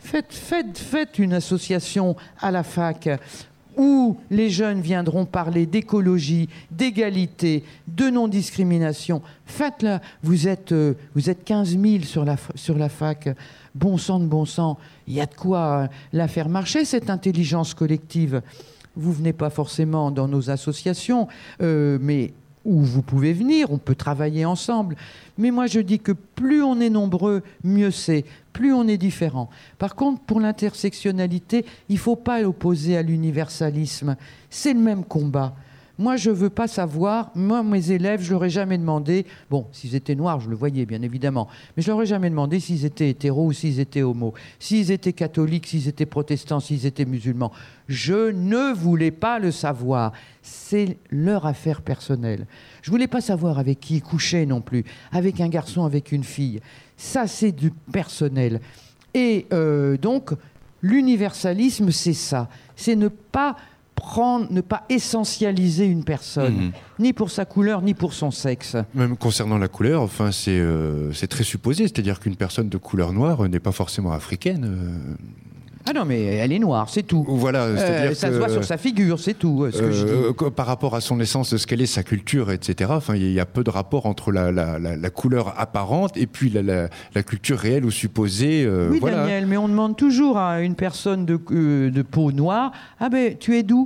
Faites une association à la fac où les jeunes viendront parler d'écologie, d'égalité, de non-discrimination. Faites-la. Vous êtes 15 000 sur la fac. Bon sang de bon sang. Il y a de quoi la faire marcher, cette intelligence collective. Vous venez pas forcément dans nos associations, mais où vous pouvez venir, on peut travailler ensemble. Mais moi, je dis que plus on est nombreux, mieux c'est, plus on est différent. Par contre, pour l'intersectionnalité, il ne faut pas l'opposer à l'universalisme. C'est le même combat. Moi, je ne veux pas savoir. Moi, mes élèves, je ne leur ai jamais demandé... Bon, s'ils étaient noirs, je le voyais, bien évidemment. Mais je ne leur ai jamais demandé s'ils étaient hétéros ou s'ils étaient homos. S'ils étaient catholiques, s'ils étaient protestants, s'ils étaient musulmans. Je ne voulais pas le savoir. C'est leur affaire personnelle. Je ne voulais pas savoir avec qui ils couchaient non plus. Avec un garçon, avec une fille. Ça, c'est du personnel. Et donc, l'universalisme, c'est ça. C'est ne pas essentialiser une personne, ni pour sa couleur, ni pour son sexe. Même concernant la couleur, enfin, c'est très supposé, c'est-à-dire qu'une personne de couleur noire n'est pas forcément africaine. Ah non, mais elle est noire, c'est tout. Voilà, c'est-à-dire ça se voit sur sa figure, c'est tout. Ce que je dis. Par rapport à son essence, ce qu'elle est, sa culture, etc. Enfin, il y a peu de rapport entre la couleur apparente et puis la culture réelle ou supposée. Oui, voilà. Daniel, mais on demande toujours à une personne de peau noire, ah ben, tu es d'où ?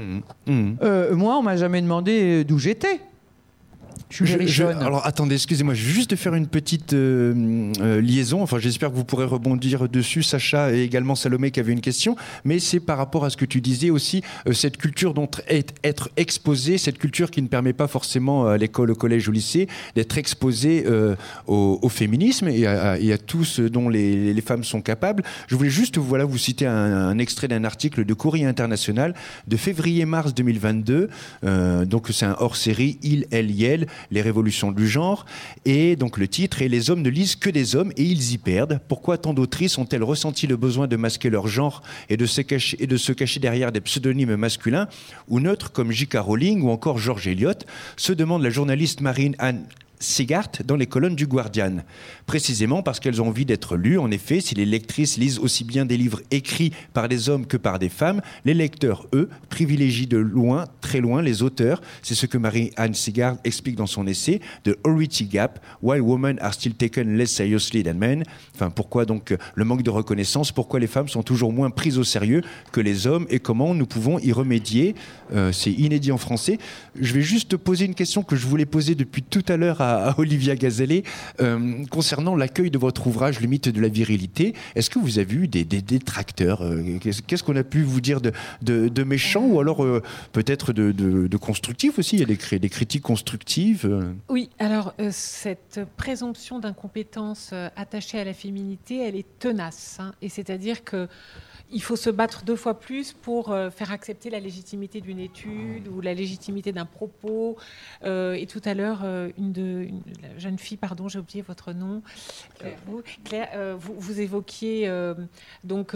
Moi, on m'a jamais demandé d'où j'étais. Je suis jeune. Alors attendez, excusez-moi, je vais juste faire une petite liaison. Enfin, j'espère que vous pourrez rebondir dessus, Sacha, et également Salomé qui avait une question. Mais c'est par rapport à ce que tu disais aussi, cette culture dont être exposé, cette culture qui ne permet pas forcément à l'école, au collège, au lycée, d'être exposé au féminisme et à tout ce dont les femmes sont capables. Je voulais juste vous citer un extrait d'un article de Courrier International de février-mars 2022. Donc c'est un hors-série, Il, Elle, Yel, les révolutions du genre, et donc le titre est « Les hommes ne lisent que des hommes et ils y perdent. Pourquoi tant d'autrices ont-elles ressenti le besoin de masquer leur genre et de se cacher derrière des pseudonymes masculins ou neutres comme J.K. Rowling ou encore George Eliot ?» se demande la journaliste Marine-Anne Sigart dans les colonnes du Guardian. Précisément parce qu'elles ont envie d'être lues. En effet, si les lectrices lisent aussi bien des livres écrits par des hommes que par des femmes, les lecteurs, eux, privilégient de loin, très loin, les auteurs. C'est ce que Marie-Anne Sigart explique dans son essai The Authority Gap, Why Women Are Still Taken Less Seriously Than Men. Enfin, pourquoi donc le manque de reconnaissance, pourquoi les femmes sont toujours moins prises au sérieux que les hommes et comment nous pouvons y remédier. C'est inédit en français. Je vais juste poser une question que je voulais poser depuis tout à l'heure à Olivia Gazellet, concernant l'accueil de votre ouvrage Le mythe de la virilité. Est-ce que vous avez eu des détracteurs Qu'est-ce qu'on a pu vous dire de méchant ou alors peut-être de constructif aussi? Il y a des critiques constructives. Oui, alors cette présomption d'incompétence attachée à la féminité, elle est tenace. Et c'est-à-dire que il faut se battre 2 fois plus pour faire accepter la légitimité d'une étude ou la légitimité d'un propos. Et tout à l'heure, la jeune fille, pardon, j'ai oublié votre nom, Claire, vous évoquiez donc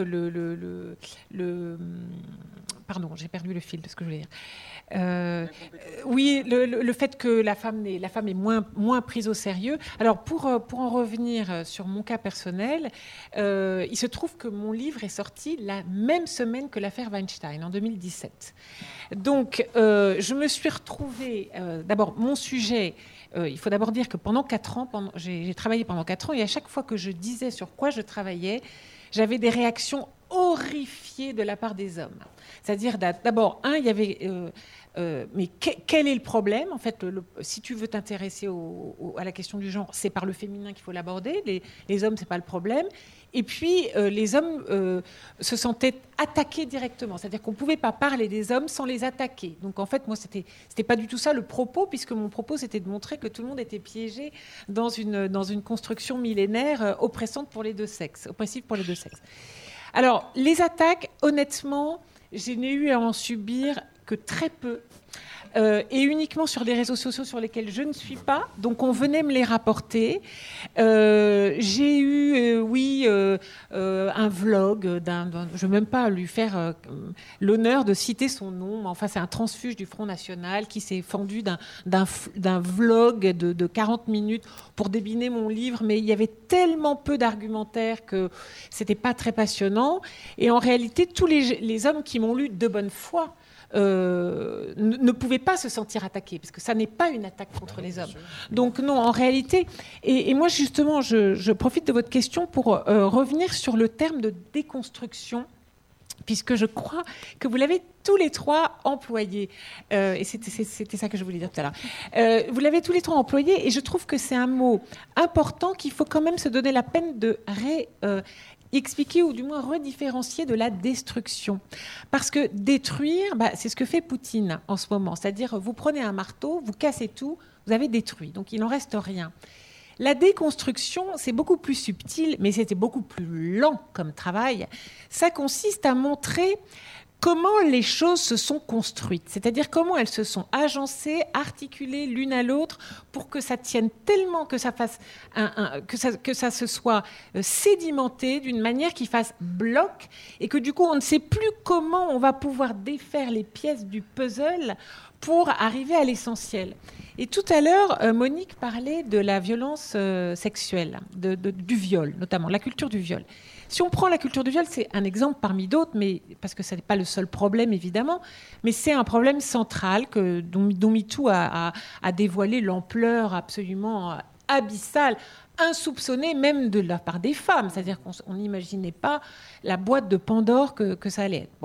pardon, j'ai perdu le fil de ce que je voulais dire. Oui, le fait que la femme est moins prise au sérieux. Alors, pour en revenir sur mon cas personnel, il se trouve que mon livre est sorti la même semaine que l'affaire Weinstein, en 2017. Donc, je me suis retrouvée... d'abord, mon sujet... il faut d'abord dire que pendant 4 ans, j'ai travaillé pendant 4 ans, et à chaque fois que je disais sur quoi je travaillais, j'avais des réactions horrifiées de la part des hommes. C'est-à-dire, d'abord, il y avait... mais quel est le problème? En fait, si tu veux t'intéresser à la question du genre, c'est par le féminin qu'il faut l'aborder. Les hommes, c'est pas le problème. Et puis, les hommes se sentaient attaqués directement. C'est-à-dire qu'on ne pouvait pas parler des hommes sans les attaquer. Donc, en fait, moi, c'était pas du tout ça le propos, puisque mon propos, c'était de montrer que tout le monde était piégé dans une construction millénaire oppressive pour les deux sexes. Alors, les attaques, honnêtement, je n'ai eu à en subir que très peu. Et uniquement sur des réseaux sociaux sur lesquels je ne suis pas. Donc, on venait me les rapporter. J'ai eu, un vlog je ne veux même pas lui faire l'honneur de citer son nom. Mais enfin, c'est un transfuge du Front National qui s'est fendu d'un vlog de 40 minutes pour débiner mon livre. Mais il y avait tellement peu d'argumentaire que ce n'était pas très passionnant. Et en réalité, tous les hommes qui m'ont lu de bonne foi ne pouvaient pas se sentir attaqués, parce que ça n'est pas une attaque contre les hommes. Donc non, en réalité, et moi justement, je profite de votre question pour revenir sur le terme de déconstruction, puisque je crois que vous l'avez tous les trois employé. Et c'était ça que je voulais dire tout à l'heure. Vous l'avez tous les trois employé, et je trouve que c'est un mot important qu'il faut quand même se donner la peine de expliquer ou du moins redifférencier de la destruction. Parce que détruire, c'est ce que fait Poutine en ce moment. C'est-à-dire, vous prenez un marteau, vous cassez tout, vous avez détruit. Donc, il n'en reste rien. La déconstruction, c'est beaucoup plus subtil, mais c'était beaucoup plus lent comme travail. Ça consiste à montrer comment les choses se sont construites, c'est-à-dire comment elles se sont agencées, articulées l'une à l'autre pour que ça tienne tellement, que ça fasse que ça se soit sédimenté d'une manière qui fasse bloc et que du coup on ne sait plus comment on va pouvoir défaire les pièces du puzzle pour arriver à l'essentiel. Et tout à l'heure, Monique parlait de la violence sexuelle, du viol notamment, la culture du viol. Si on prend la culture du viol, c'est un exemple parmi d'autres, mais parce que ce n'est pas le seul problème, évidemment, mais c'est un problème central dont MeToo a dévoilé l'ampleur absolument abyssale, insoupçonnée même de la part des femmes. C'est-à-dire qu'on n'imaginait pas la boîte de Pandore que ça allait être. Bon.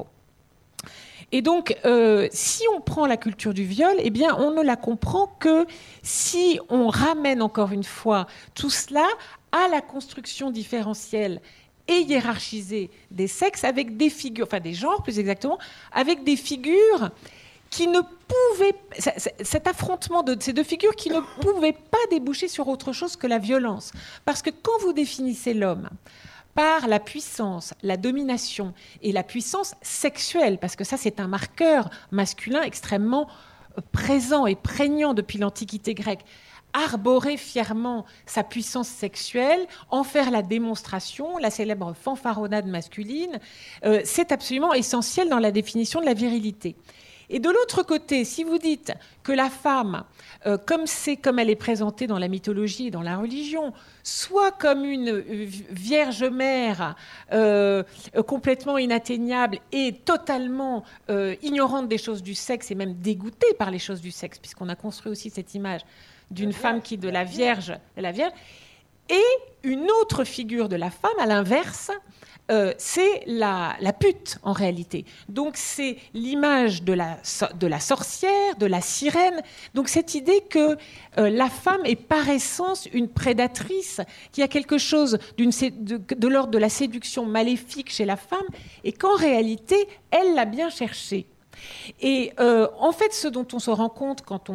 Et donc, si on prend la culture du viol, eh bien, on ne la comprend que si on ramène encore une fois tout cela à la construction différentielle et hiérarchisée des sexes avec des figures, enfin des genres plus exactement, avec des figures qui ne pouvaient, cet affrontement de ces deux figures qui ne pouvaient pas déboucher sur autre chose que la violence. Parce que quand vous définissez l'homme par la puissance, la domination et la puissance sexuelle, parce que ça c'est un marqueur masculin extrêmement présent et prégnant depuis l'Antiquité grecque, arborer fièrement sa puissance sexuelle, en faire la démonstration, la célèbre fanfaronnade masculine, c'est absolument essentiel dans la définition de la virilité. Et de l'autre côté, si vous dites que la femme, comme elle est présentée dans la mythologie et dans la religion, soit comme une vierge mère complètement inatteignable et totalement ignorante des choses du sexe et même dégoûtée par les choses du sexe, puisqu'on a construit aussi cette image d'une femme qui de la vierge, et une autre figure de la femme, à l'inverse, c'est la pute en réalité. Donc c'est l'image de la sorcière, de la sirène. Donc cette idée que la femme est par essence une prédatrice, qu'il y a quelque chose de l'ordre de la séduction maléfique chez la femme, et qu'en réalité, elle l'a bien cherché. Et en fait, ce dont on se rend compte quand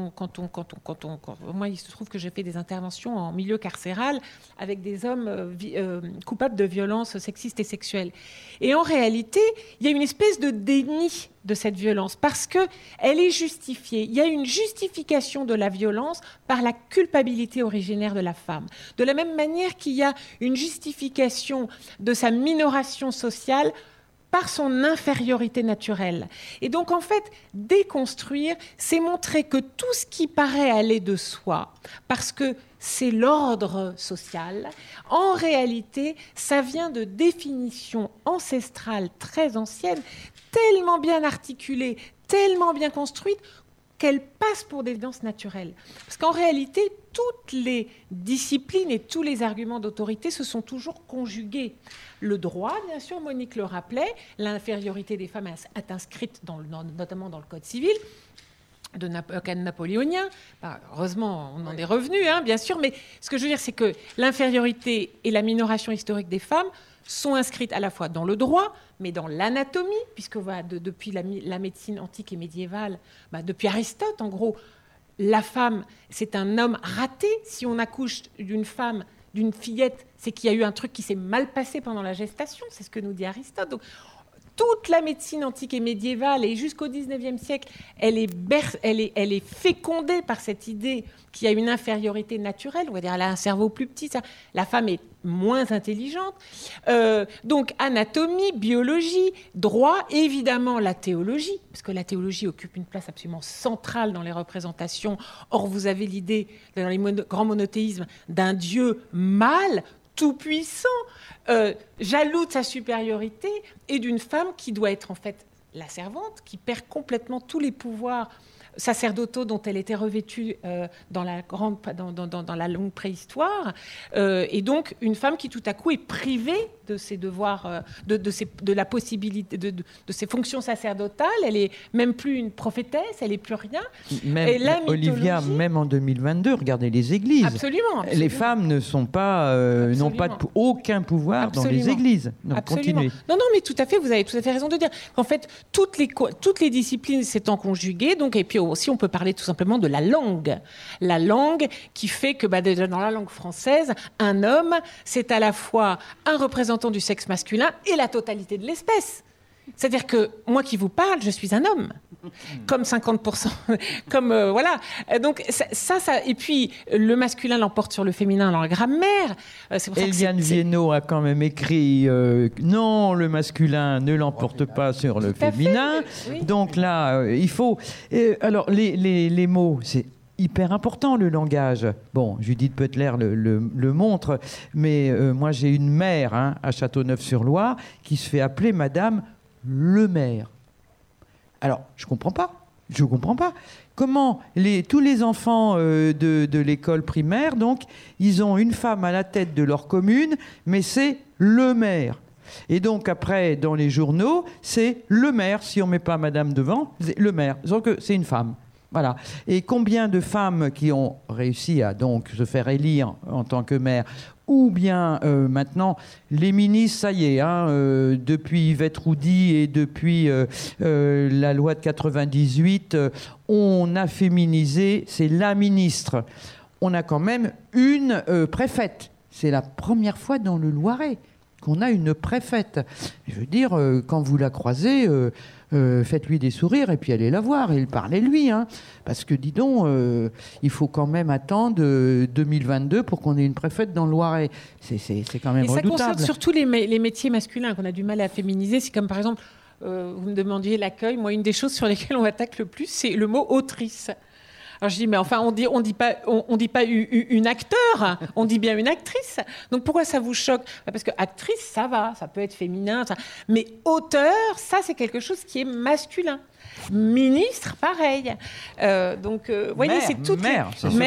moi, il se trouve que j'ai fait des interventions en milieu carcéral avec des hommes coupables de violences sexistes et sexuelles. Et en réalité, il y a une espèce de déni de cette violence parce qu'elle est justifiée. Il y a une justification de la violence par la culpabilité originaire de la femme. De la même manière qu'il y a une justification de sa minoration sociale par son infériorité naturelle. Et donc, en fait, déconstruire, c'est montrer que tout ce qui paraît aller de soi, parce que c'est l'ordre social, en réalité, ça vient de définitions ancestrales très anciennes, tellement bien articulées, tellement bien construites, qu'elles passent pour des évidences naturelles. Parce qu'en réalité, toutes les disciplines et tous les arguments d'autorité se sont toujours conjugués. Le droit, bien sûr, Monique le rappelait, l'infériorité des femmes est inscrite notamment dans le Code civil, de napoléonien. Heureusement, on en est revenu, bien sûr, mais ce que je veux dire, c'est que l'infériorité et la minoration historique des femmes sont inscrites à la fois dans le droit, mais dans l'anatomie, puisque depuis la médecine antique et médiévale, depuis Aristote, en gros, la femme, c'est un homme raté. Si on accouche d'une femme, d'une fillette, c'est qu'il y a eu un truc qui s'est mal passé pendant la gestation, c'est ce que nous dit Aristote. Donc, toute la médecine antique et médiévale, et jusqu'au XIXe siècle, elle est fécondée par cette idée qu'il y a une infériorité naturelle, on va dire elle a un cerveau plus petit, la femme est moins intelligente. Donc anatomie, biologie, droit, et évidemment la théologie, parce que la théologie occupe une place absolument centrale dans les représentations. Or, vous avez l'idée, dans les grands monothéismes, d'un Dieu mâle, tout-puissant, jaloux de sa supériorité, et d'une femme qui doit être en fait la servante, qui perd complètement tous les pouvoirs sacerdotaux dont elle était revêtue dans la longue préhistoire, et donc une femme qui tout à coup est privée de ses devoirs, de la possibilité de ses fonctions sacerdotales. Elle est même plus une prophétesse, elle est plus rien. Même, et la Olivia, même en 2022, regardez les églises. Absolument. Les femmes ne sont pas, n'ont pas aucun pouvoir dans les églises. Donc continuez. Non, mais tout à fait. Vous avez tout à fait raison de dire qu'en fait toutes les disciplines s'étant conjuguées, donc, et puis aussi on peut parler tout simplement de la langue qui fait que déjà dans la langue française, un homme c'est à la fois un représentant du sexe masculin et la totalité de l'espèce. C'est-à-dire que moi qui vous parle, je suis un homme, comme 50%, comme voilà. Donc ça, et puis le masculin l'emporte sur le féminin dans la grammaire. C'est pour ça Eliane Viennot a quand même écrit non, le masculin ne l'emporte pas sur le féminin. Oui. Donc là, il faut. Alors les mots, c'est hyper important, le langage. Bon, Judith Butler le montre, mais moi j'ai une mère à Châteauneuf-sur-Loire qui se fait appeler Madame le maire. Alors, je comprends pas. Comment tous les enfants de l'école primaire, donc, ils ont une femme à la tête de leur commune, mais c'est le maire. Et donc après, dans les journaux, c'est le maire. Si on met pas Madame devant, c'est le maire. Donc c'est une femme. Voilà. Et combien de femmes qui ont réussi à donc se faire élire en tant que maire, ou bien maintenant les ministres, ça y est, depuis Yvette Roudy et depuis la loi de 98, on a féminisé, c'est la ministre. On a quand même une préfète. C'est la première fois dans le Loiret qu'on a une préfète. Je veux dire, quand vous la croisez, faites-lui des sourires et puis allez la voir et parlez-lui. Parce que, dis donc, il faut quand même attendre 2022 pour qu'on ait une préfète dans le Loiret. C'est quand même redoutable. Et ça concerne surtout les métiers masculins qu'on a du mal à féminiser. C'est comme, par exemple, vous me demandiez l'accueil. Moi, une des choses sur lesquelles on attaque le plus, c'est le mot autrice. Alors je dis, mais enfin, on dit pas une acteur, on dit bien une actrice. Donc pourquoi ça vous choque ? Parce que actrice, ça va, ça peut être féminin, mais auteur, ça c'est quelque chose qui est masculin. Ministre, pareil. Donc, vous voyez, c'est tout. Mère,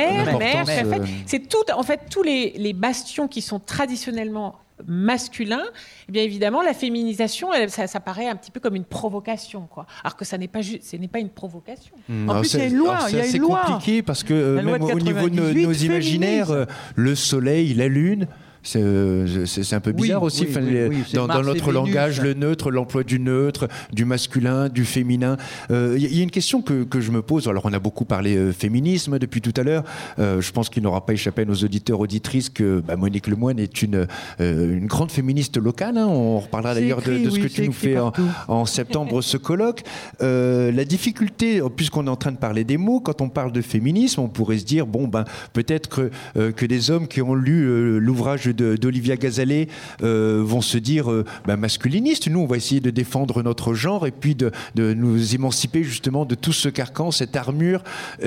c'est tout. En fait, tous les bastions qui sont traditionnellement masculin, eh bien évidemment la féminisation, ça paraît un petit peu comme une provocation, quoi. Alors que ce n'est pas une provocation. En plus, il y a une loi. C'est compliqué parce que même au niveau de nos imaginaires, le soleil, la lune. C'est un peu bizarre aussi. Dans notre langage, le neutre, l'emploi du neutre, du masculin, du féminin. Il y a une question que je me pose. Alors, on a beaucoup parlé féminisme depuis tout à l'heure. Je pense qu'il n'aura pas échappé à nos auditeurs, auditrices, que Monique Lemoine est une grande féministe locale. On reparlera d'ailleurs de ce que tu nous fais en septembre, ce colloque. La difficulté, puisqu'on est en train de parler des mots, quand on parle de féminisme, on pourrait se dire, peut-être que des hommes qui ont lu l'ouvrage d'Olivia Gazalet vont se dire masculinistes. Nous, on va essayer de défendre notre genre et puis de nous émanciper justement de tout ce carcan, cette armure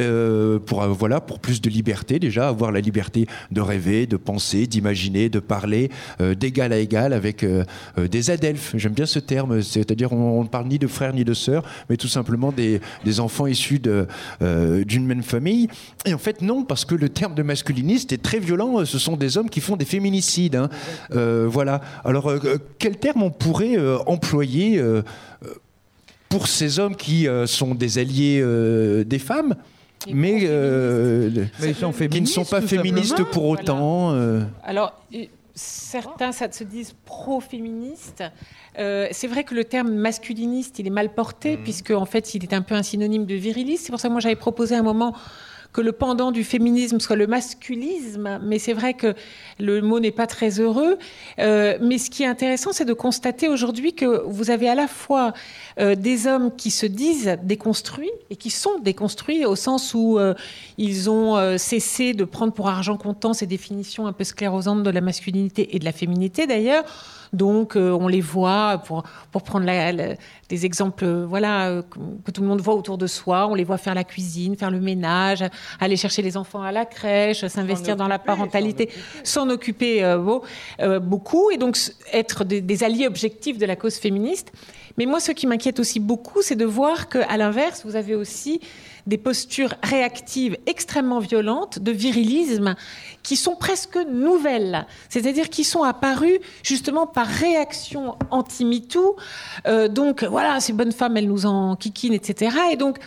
pour plus de liberté déjà, avoir la liberté de rêver, de penser, d'imaginer, de parler d'égal à égal avec des adelphes. J'aime bien ce terme, c'est-à-dire on ne parle ni de frères ni de sœurs, mais tout simplement des enfants issus d'une même famille. Et en fait, non, parce que le terme de masculiniste est très violent. Ce sont des hommes qui font des féminicides. Voilà. Alors, quel terme on pourrait employer pour ces hommes qui sont des alliés des femmes, mais qui ne sont pas féministes pour autant Alors, certains se disent pro-féministes. C'est vrai que le terme masculiniste, il est mal porté, puisque en fait, il est un peu un synonyme de viriliste. C'est pour ça que moi, j'avais proposé un moment que le pendant du féminisme soit le masculisme, mais c'est vrai que le mot n'est pas très heureux. Mais ce qui est intéressant, c'est de constater aujourd'hui que vous avez à la fois des hommes qui se disent déconstruits et qui sont déconstruits au sens où ils ont cessé de prendre pour argent comptant ces définitions un peu sclérosantes de la masculinité et de la féminité d'ailleurs. Donc, on les voit, pour prendre des exemples que tout le monde voit autour de soi, on les voit faire la cuisine, faire le ménage, aller chercher les enfants à la crèche, s'investir dans la parentalité, s'en occuper beaucoup, et donc être des alliés objectifs de la cause féministe. Mais moi, ce qui m'inquiète aussi beaucoup, c'est de voir qu'à l'inverse, vous avez aussi des postures réactives extrêmement violentes, de virilisme, qui sont presque nouvelles. C'est-à-dire qui sont apparues justement par réaction anti-MeToo. Donc voilà, ces bonnes femmes, elles nous en kikinent, etc. Et donc,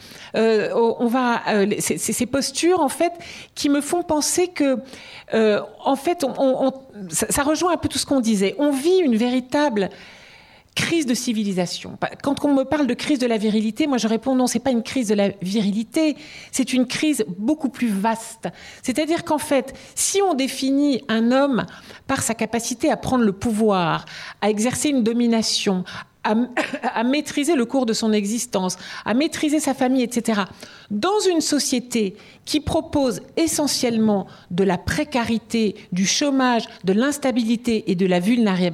ces postures, en fait, qui me font penser que, en fait, ça rejoint un peu tout ce qu'on disait. On vit une véritable crise de civilisation. Quand on me parle de crise de la virilité, moi je réponds non, c'est pas une crise de la virilité, c'est une crise beaucoup plus vaste. C'est-à-dire qu'en fait, si on définit un homme par sa capacité à prendre le pouvoir, à exercer une domination, à maîtriser le cours de son existence, à maîtriser sa famille, etc., dans une société qui propose essentiellement de la précarité, du chômage, de l'instabilité et de la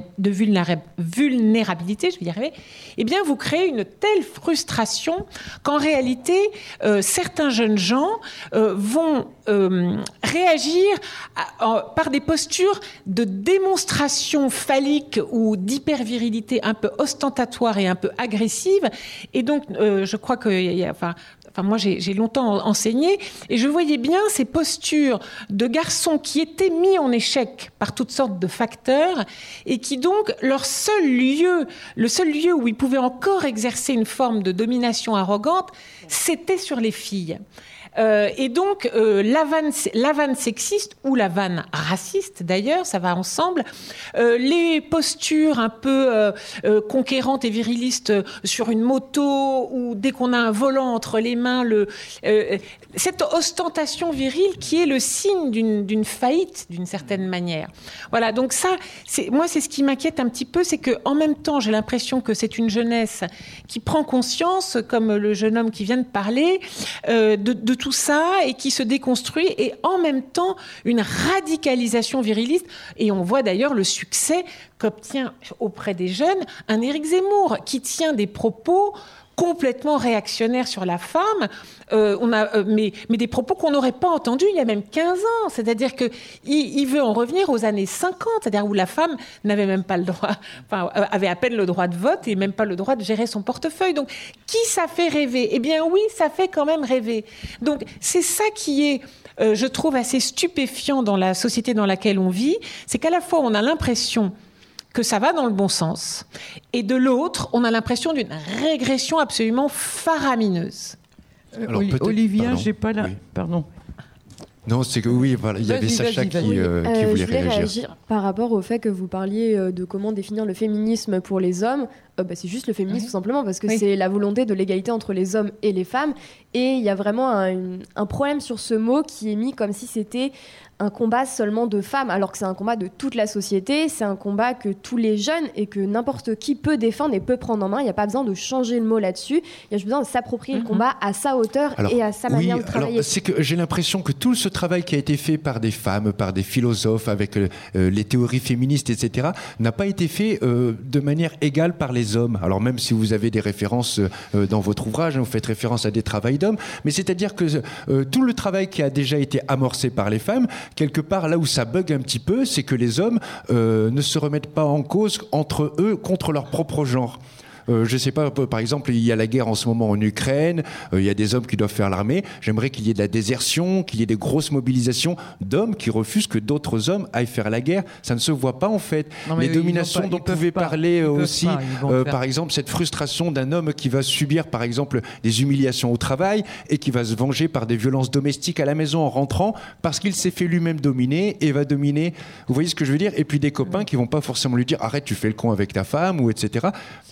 vulnérabilité, je vais y arriver, eh bien, vous créez une telle frustration qu'en réalité, certains jeunes gens vont réagir par des postures de démonstration phallique ou d'hypervirilité un peu ostentatoire et un peu agressive. Et donc, je crois que... moi, j'ai longtemps enseigné et je voyais bien ces postures de garçons qui étaient mis en échec par toutes sortes de facteurs et qui donc, le seul lieu où ils pouvaient encore exercer une forme de domination arrogante, c'était sur les filles. Et donc, la vanne sexiste ou la vanne raciste, d'ailleurs, ça va ensemble, les postures un peu conquérantes et virilistes sur une moto ou dès qu'on a un volant entre les mains, cette ostentation virile qui est le signe d'une faillite, d'une certaine manière. Voilà, donc ça, c'est ce qui m'inquiète un petit peu, c'est qu'en même temps, j'ai l'impression que c'est une jeunesse qui prend conscience, comme le jeune homme qui vient de parler, de tout ça et qui se déconstruit, et en même temps une radicalisation viriliste. Et on voit d'ailleurs le succès qu'obtient auprès des jeunes un Éric Zemmour qui tient des propos complètement réactionnaires sur la femme, mais des propos qu'on n'aurait pas entendus il y a même 15 ans. C'est-à-dire qu'il veut en revenir aux années 50, c'est-à-dire où la femme n'avait même pas le droit, avait à peine le droit de vote et même pas le droit de gérer son portefeuille. Donc, qui ça fait rêver ? Eh bien oui, ça fait quand même rêver. Donc, c'est ça qui est, je trouve, assez stupéfiant dans la société dans laquelle on vit, c'est qu'à la fois, on a l'impression que ça va dans le bon sens, et de l'autre, on a l'impression d'une régression absolument faramineuse. Alors, Olivia, j'ai pas la... Oui. Pardon. Non, c'est que oui, voilà, il y avait Sacha qui voulait réagir. Par rapport au fait que vous parliez de comment définir le féminisme pour les hommes. C'est juste le féminisme tout simplement, parce que c'est la volonté de l'égalité entre les hommes et les femmes. Et il y a vraiment un problème sur ce mot qui est mis comme si c'était un combat seulement de femmes, alors que c'est un combat de toute la société, c'est un combat que tous les jeunes et que n'importe qui peut défendre et peut prendre en main. Il n'y a pas besoin de changer le mot là-dessus, il y a juste besoin de s'approprier le combat à sa hauteur et à sa manière de travailler. C'est que j'ai l'impression que tout ce travail qui a été fait par des femmes, par des philosophes, avec les théories féministes, etc., n'a pas été fait de manière égale par les hommes. Alors même si vous avez des références dans votre ouvrage, vous faites référence à des travails d'hommes, mais c'est-à-dire que tout le travail qui a déjà été amorcé par les femmes, quelque part, là où ça bug un petit peu, c'est que les hommes ne se remettent pas en cause entre eux contre leur propre genre. Je ne sais pas, par exemple, il y a la guerre en ce moment en Ukraine, il y a des hommes qui doivent faire l'armée. J'aimerais qu'il y ait de la désertion, qu'il y ait des grosses mobilisations d'hommes qui refusent que d'autres hommes aillent faire la guerre. Ça ne se voit pas, en fait. Non, les dominations dont vous pouvez parler aussi, par exemple, cette frustration d'un homme qui va subir, par exemple, des humiliations au travail et qui va se venger par des violences domestiques à la maison en rentrant parce qu'il s'est fait lui-même dominer et va dominer. Vous voyez ce que je veux dire ? Et puis des copains qui ne vont pas forcément lui dire « Arrête, tu fais le con avec ta femme » ou etc. Parce que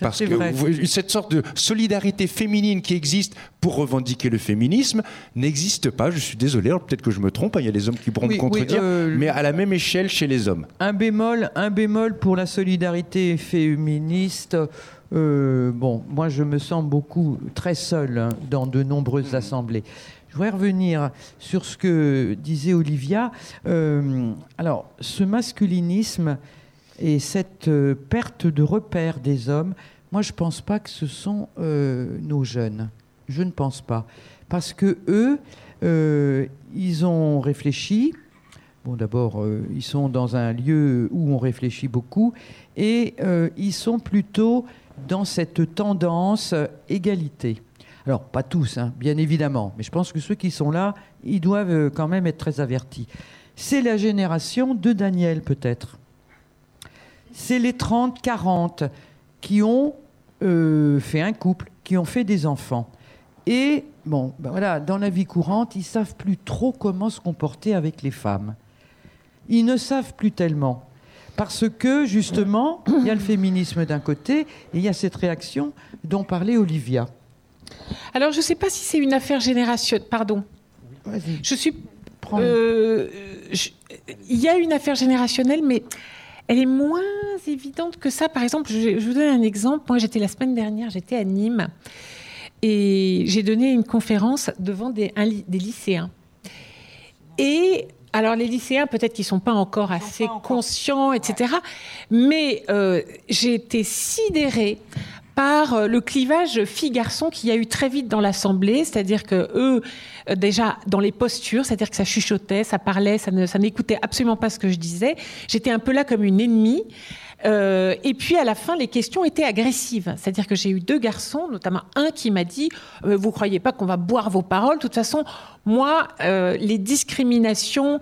vrai. Cette sorte de solidarité féminine qui existe pour revendiquer le féminisme n'existe pas. Je suis désolé, alors peut-être que je me trompe, il y a des hommes qui pourront me contredire, mais à la même échelle chez les hommes. Un bémol pour la solidarité féministe. Bon, moi je me sens très seule dans de nombreuses assemblées. Je voudrais revenir sur ce que disait Olivia. Alors, ce masculinisme et cette perte de repère des hommes, moi je ne pense pas que ce sont nos jeunes. Je ne pense pas. Parce que eux, ils ont réfléchi. Bon, d'abord, ils sont dans un lieu où on réfléchit beaucoup et ils sont plutôt dans cette tendance égalité. Alors, pas tous, hein, bien évidemment, mais je pense que ceux qui sont là, ils doivent quand même être très avertis. C'est la génération de Daniel, peut-être. C'est les 30-40 qui ont fait un couple, qui ont fait des enfants. Et, bon, ben voilà, dans la vie courante, ils ne savent plus trop comment se comporter avec les femmes. Ils ne savent plus tellement. Parce que, justement, il y a le féminisme d'un côté et il y a cette réaction dont parlait Olivia. Alors, je ne sais pas si c'est une affaire générationnelle. Pardon. Vas-y. Il y a une affaire générationnelle, mais elle est moins évidente que ça. Par exemple, je vous donne un exemple. Moi, la semaine dernière, j'étais à Nîmes et j'ai donné une conférence devant des lycéens. Et alors, les lycéens, peut-être qu'ils ne sont pas encore assez conscients, etc. Mais j'ai été sidérée par le clivage filles-garçons qu'il y a eu très vite dans l'Assemblée, c'est-à-dire que eux, déjà dans les postures, c'est-à-dire que ça chuchotait, ça parlait, ça n'écoutait absolument pas ce que je disais. J'étais un peu là comme une ennemie. Et puis à la fin, les questions étaient agressives. C'est-à-dire que j'ai eu 2 garçons, notamment un qui m'a dit « Vous ne croyez pas qu'on va boire vos paroles ? De toute façon, moi, les discriminations,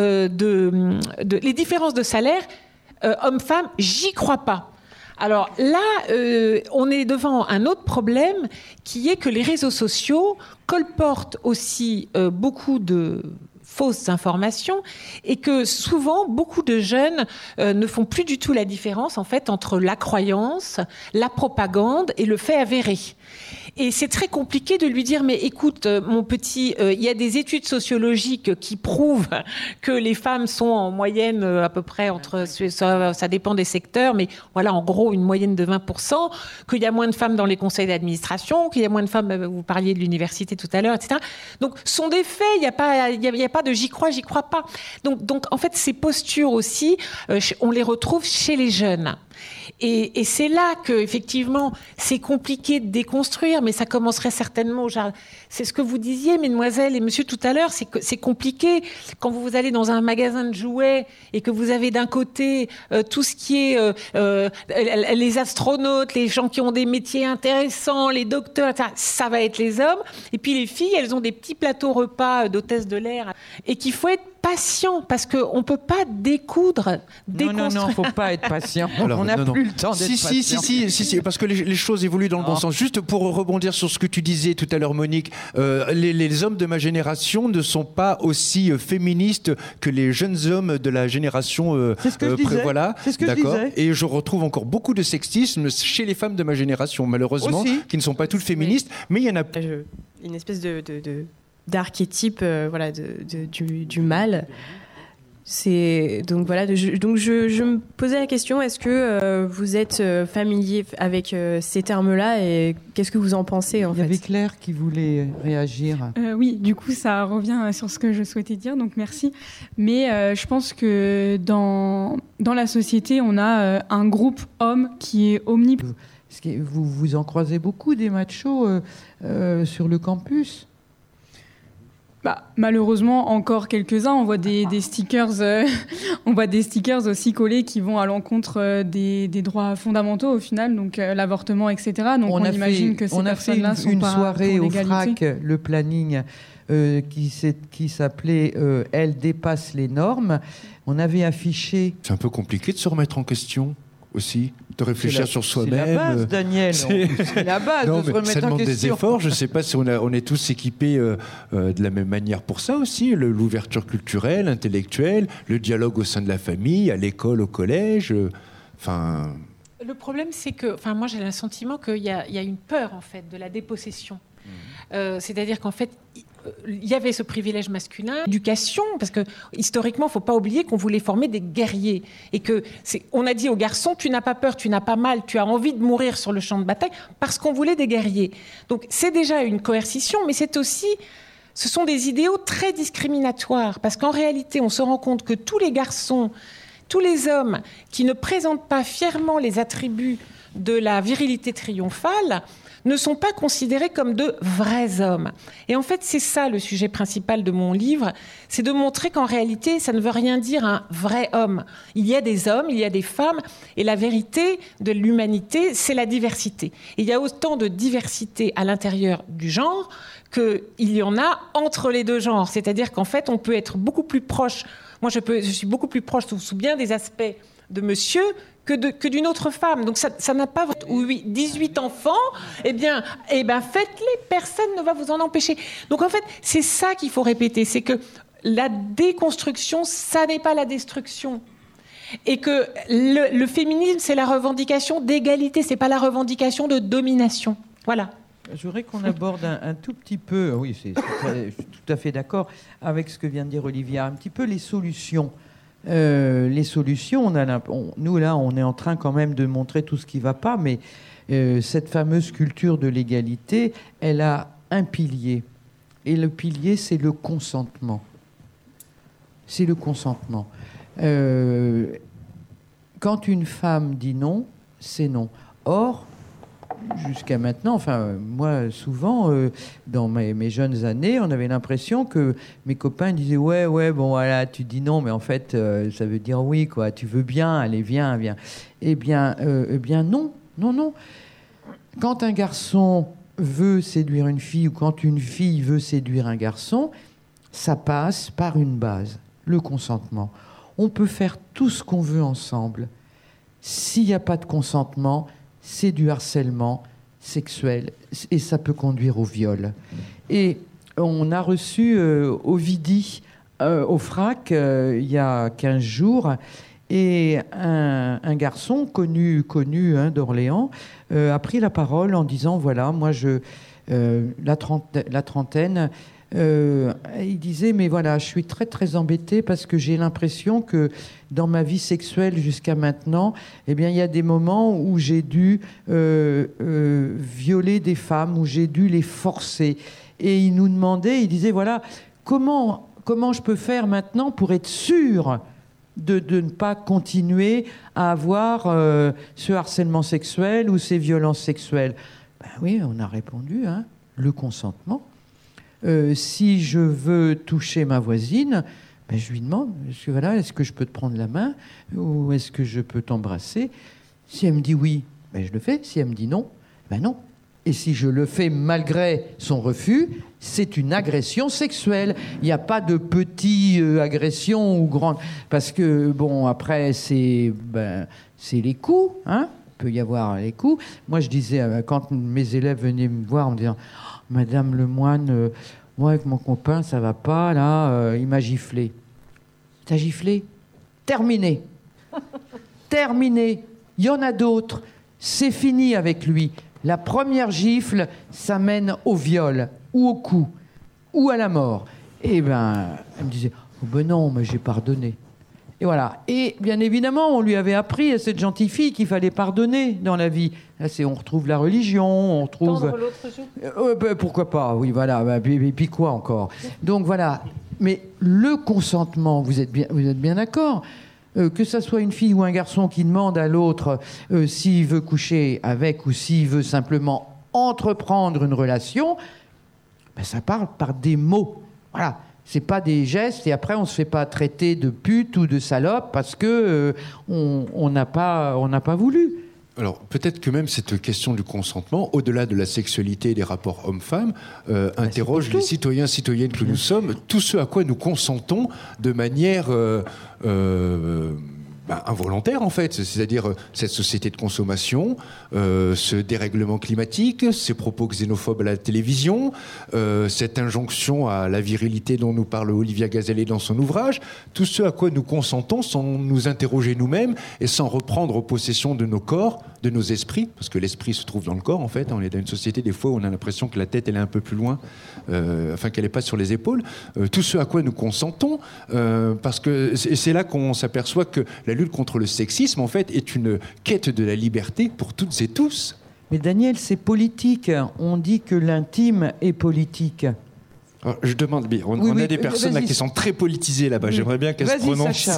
les différences de salaire, hommes-femmes, j'y crois pas. » Alors là, on est devant un autre problème qui est que les réseaux sociaux colportent aussi beaucoup de fausses informations et que souvent, beaucoup de jeunes ne font plus du tout la différence en fait entre la croyance, la propagande et le fait avéré. Et c'est très compliqué de lui dire, mais écoute, mon petit, il y a des études sociologiques qui prouvent que les femmes sont en moyenne à peu près ça dépend des secteurs, mais voilà, en gros, une moyenne de 20%, qu'il y a moins de femmes dans les conseils d'administration, qu'il y a moins de femmes, vous parliez de l'université tout à l'heure, etc. Donc, ce sont des faits, il n'y a pas de j'y crois pas. Donc, en fait, ces postures aussi, on les retrouve chez les jeunes. Et c'est là que, effectivement, c'est compliqué de déconstruire, mais ça commencerait certainement. C'est ce que vous disiez, mesdemoiselles et messieurs, tout à l'heure. C'est compliqué quand vous allez dans un magasin de jouets et que vous avez d'un côté tout ce qui est les astronautes, les gens qui ont des métiers intéressants, les docteurs, etc. Ça va être les hommes. Et puis les filles, elles ont des petits plateaux repas d'hôtesses de l'air et qu'il faut être patient parce qu'on ne peut pas découdre, déconstruire. Non, il ne faut pas être patient. Alors, on n'a plus le temps d'être patient. Si, parce que les choses évoluent dans le bon sens. Juste pour rebondir sur ce que tu disais tout à l'heure, Monique, les hommes de ma génération ne sont pas aussi féministes que les jeunes hommes de la génération. C'est ce que je disais. Voilà, c'est ce que d'accord. Je disais. Et je retrouve encore beaucoup de sexisme chez les femmes de ma génération, malheureusement, qui ne sont pas toutes féministes, mais il y en a. Une espèce d'archétype du mal. Donc voilà, je me posais la question, est-ce que vous êtes familier avec ces termes-là et qu'est-ce que vous en pensez en fait ? Il y avait Claire qui voulait réagir. Oui, du coup ça revient sur ce que je souhaitais dire, donc merci. Mais je pense que dans la société, on a un groupe homme qui est omniprésent. Vous en croisez beaucoup des machos sur le campus ? Malheureusement, encore quelques-uns. On voit des stickers, on voit des stickers aussi collés qui vont à l'encontre des droits fondamentaux au final, donc l'avortement, etc. Donc on imagine que ces personnes-là sont pas pour l'égalité. On a fait une soirée au FRAC, le planning qui s'appelait Elle dépasse les normes. On avait affiché. C'est un peu compliqué de se remettre en question aussi, de réfléchir sur soi-même. C'est la base, Daniel. C'est la base de se remettre en question. Ça demande des efforts. Je ne sais pas si on est tous équipés de la même manière pour ça aussi. L'ouverture culturelle, intellectuelle, le dialogue au sein de la famille, à l'école, au collège. Le problème, c'est que, moi, j'ai le sentiment qu'il y a une peur, en fait, de la dépossession. C'est-à-dire qu'en fait, il y avait ce privilège masculin, l'éducation, parce que historiquement, il ne faut pas oublier qu'on voulait former des guerriers. Et on a dit aux garçons, tu n'as pas peur, tu n'as pas mal, tu as envie de mourir sur le champ de bataille, parce qu'on voulait des guerriers. Donc c'est déjà une coercition, mais ce sont des idéaux très discriminatoires, parce qu'en réalité, on se rend compte que tous les garçons, tous les hommes qui ne présentent pas fièrement les attributs de la virilité triomphale ne sont pas considérés comme de vrais hommes. Et en fait, c'est ça le sujet principal de mon livre, c'est de montrer qu'en réalité, ça ne veut rien dire un vrai homme. Il y a des hommes, il y a des femmes, et la vérité de l'humanité, c'est la diversité. Et il y a autant de diversité à l'intérieur du genre qu'il y en a entre les deux genres. C'est-à-dire qu'en fait, on peut être beaucoup plus proche. Moi, je suis beaucoup plus proche sous bien des aspects de monsieur que d'une autre femme. Donc ça n'a pas... 18 enfants, eh bien faites-les, personne ne va vous en empêcher. Donc en fait, c'est ça qu'il faut répéter, c'est que la déconstruction, ça n'est pas la destruction. Et que le féminisme, c'est la revendication d'égalité, c'est pas la revendication de domination. Voilà. Je voudrais qu'on aborde un tout petit peu, oui, je suis tout à fait d'accord avec ce que vient de dire Olivia, un petit peu les solutions. Les solutions, nous là, on est en train quand même de montrer tout ce qui ne va pas, mais cette fameuse culture de l'égalité, elle a un pilier. Et le pilier, c'est le consentement. C'est le consentement. Quand une femme dit non, c'est non. Or, jusqu'à maintenant, moi, souvent, dans mes jeunes années, on avait l'impression que mes copains disaient « Ouais, bon, voilà, tu dis non, mais en fait, ça veut dire oui, quoi. Tu veux bien, allez, viens. » Eh bien, non. Quand un garçon veut séduire une fille ou quand une fille veut séduire un garçon, ça passe par une base, le consentement. On peut faire tout ce qu'on veut ensemble. S'il n'y a pas de consentement, c'est du harcèlement sexuel et ça peut conduire au viol. Et on a reçu Ovidie au FRAC il y a 15 jours et un garçon connu d'Orléans a pris la parole en disant voilà, moi la trentaine, il disait mais voilà, je suis très très embêté parce que j'ai l'impression que dans ma vie sexuelle jusqu'à maintenant, eh bien il y a des moments où j'ai dû violer des femmes, où j'ai dû les forcer. Et il nous demandait, il disait voilà, comment je peux faire maintenant pour être sûr de ne pas continuer à avoir ce harcèlement sexuel ou ces violences sexuelles. Ben oui, on a répondu, le consentement. Si je veux toucher ma voisine, je lui demande, est-ce que je peux te prendre la main ou est-ce que je peux t'embrasser ? Si elle me dit oui, je le fais. Si elle me dit non, non. Et si je le fais malgré son refus, c'est une agression sexuelle. Il n'y a pas de petite agression ou grande. Parce que, après, c'est les coups, Il peut y avoir les coups. Moi, je disais, quand mes élèves venaient me voir en me disant « Madame Lemoine, moi, avec mon copain, ça va pas, là, il m'a giflé. » T'as giflé ? Terminé. Terminé. Il y en a d'autres. C'est fini avec lui. La première gifle, ça mène au viol, ou au coup, ou à la mort. Et elle me disait « non, mais j'ai pardonné. » Et voilà. Et bien évidemment, on lui avait appris à cette gentille fille qu'il fallait pardonner dans la vie. Là, on retrouve la religion, on retrouve... Tendre l'autre joue. Pourquoi pas, oui, voilà. Et puis quoi encore ? Donc voilà. Mais le consentement, vous êtes bien d'accord ? Que ça soit une fille ou un garçon qui demande à l'autre s'il veut coucher avec ou s'il veut simplement entreprendre une relation, ça parle par des mots. Voilà. C'est pas des gestes et après on se fait pas traiter de pute ou de salope parce que on n'a pas voulu. Alors peut-être que même cette question du consentement, au-delà de la sexualité et des rapports hommes-femmes, interroge les citoyens, citoyennes que nous sommes, tout ce à quoi nous consentons de manière involontaire en fait, c'est-à-dire cette société de consommation, ce dérèglement climatique, ces propos xénophobes à la télévision, cette injonction à la virilité dont nous parle Olivia Gazellet dans son ouvrage, tout ce à quoi nous consentons sans nous interroger nous-mêmes et sans reprendre possession de nos corps, de nos esprits, parce que l'esprit se trouve dans le corps en fait, on est dans une société des fois où on a l'impression que la tête elle est un peu plus loin, qu'elle n'est pas sur les épaules, tout ce à quoi nous consentons, parce que c'est là qu'on s'aperçoit que la lutte contre le sexisme, en fait, est une quête de la liberté pour toutes et tous. Mais Daniel, c'est politique. On dit que l'intime est politique. Alors, je demande, on a des personnes là qui sont très politisées là-bas. J'aimerais bien qu'elles se prononcent.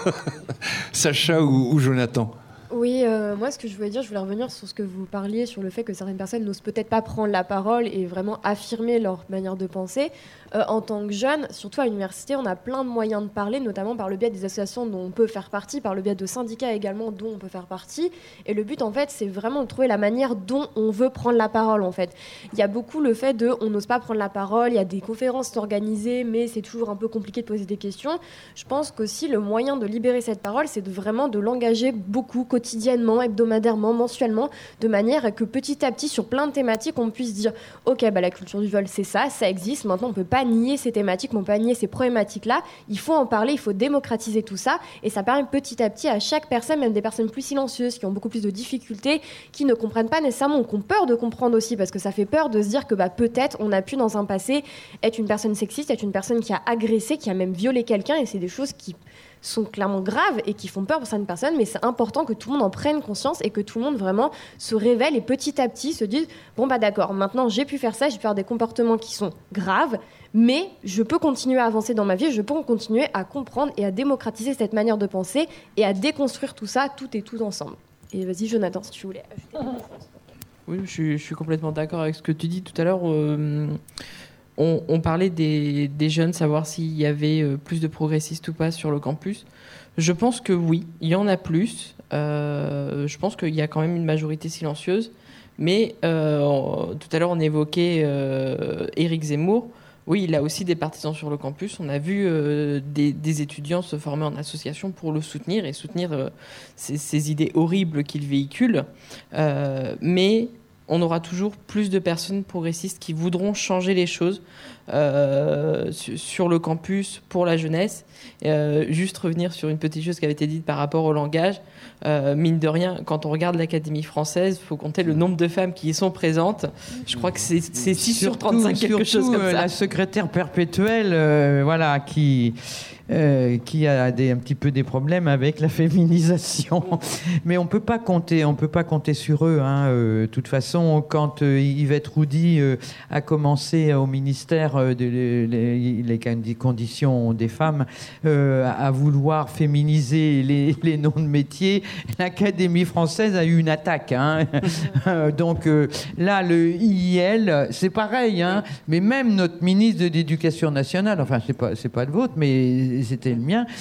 Sacha ou Jonathan. Oui, moi ce que je voulais dire, je voulais revenir sur ce que vous parliez, sur le fait que certaines personnes n'osent peut-être pas prendre la parole et vraiment affirmer leur manière de penser. En tant que jeune, surtout à l'université, on a plein de moyens de parler, notamment par le biais des associations dont on peut faire partie, par le biais de syndicats également dont on peut faire partie. Et le but, en fait, c'est vraiment de trouver la manière dont on veut prendre la parole, en fait. Il y a beaucoup le fait de on n'ose pas prendre la parole, il y a des conférences organisées, mais c'est toujours un peu compliqué de poser des questions. Je pense qu'aussi, le moyen de libérer cette parole, c'est vraiment de l'engager beaucoup, quotidiennement, hebdomadairement, mensuellement, de manière à que petit à petit, sur plein de thématiques, on puisse dire « Ok, la culture du viol, c'est ça existe, maintenant on ne peut pas nier ces thématiques, on peut pas nier ces problématiques-là, il faut en parler, il faut démocratiser tout ça, et ça permet petit à petit à chaque personne, même des personnes plus silencieuses, qui ont beaucoup plus de difficultés, qui ne comprennent pas nécessairement, ou qui ont peur de comprendre aussi, parce que ça fait peur de se dire que peut-être on a pu dans un passé être une personne sexiste, être une personne qui a agressé, qui a même violé quelqu'un, et c'est des choses qui sont clairement graves et qui font peur pour certaines personnes, mais c'est important que tout le monde en prenne conscience et que tout le monde vraiment se révèle et petit à petit se dise d'accord, maintenant j'ai pu faire ça, j'ai pu faire des comportements qui sont graves, mais je peux continuer à avancer dans ma vie, je peux continuer à comprendre et à démocratiser cette manière de penser et à déconstruire tout ça, toutes et tous ensemble. Et vas-y Jonathan, si tu voulais ajouter quelque chose. Oui, je suis complètement d'accord avec ce que tu dis tout à l'heure. On parlait des jeunes, savoir s'il y avait plus de progressistes ou pas sur le campus. Je pense que oui, il y en a plus. Je pense qu'il y a quand même une majorité silencieuse. Mais tout à l'heure, on évoquait Éric Zemmour. Oui, il a aussi des partisans sur le campus. On a vu des étudiants se former en association pour le soutenir et soutenir ces idées horribles qu'il véhicule. Mais on aura toujours plus de personnes progressistes qui voudront changer les choses sur le campus pour la jeunesse. Juste revenir sur une petite chose qui avait été dite par rapport au langage. Mine de rien, quand on regarde l'Académie française, il faut compter le nombre de femmes qui y sont présentes. Je crois que c'est 6 sur 35, quelque chose comme ça. La secrétaire perpétuelle, qui a un petit peu des problèmes avec la féminisation. Mais on peut pas compter sur eux. De toute façon, quand Yvette Roudy a commencé au ministère des conditions des femmes à vouloir féminiser les noms de métiers, l'Académie française a eu une attaque. Donc là, le IIL, c'est pareil. Mais même notre ministre de l'Éducation nationale, enfin c'est pas le vôtre, mais c'était le mien.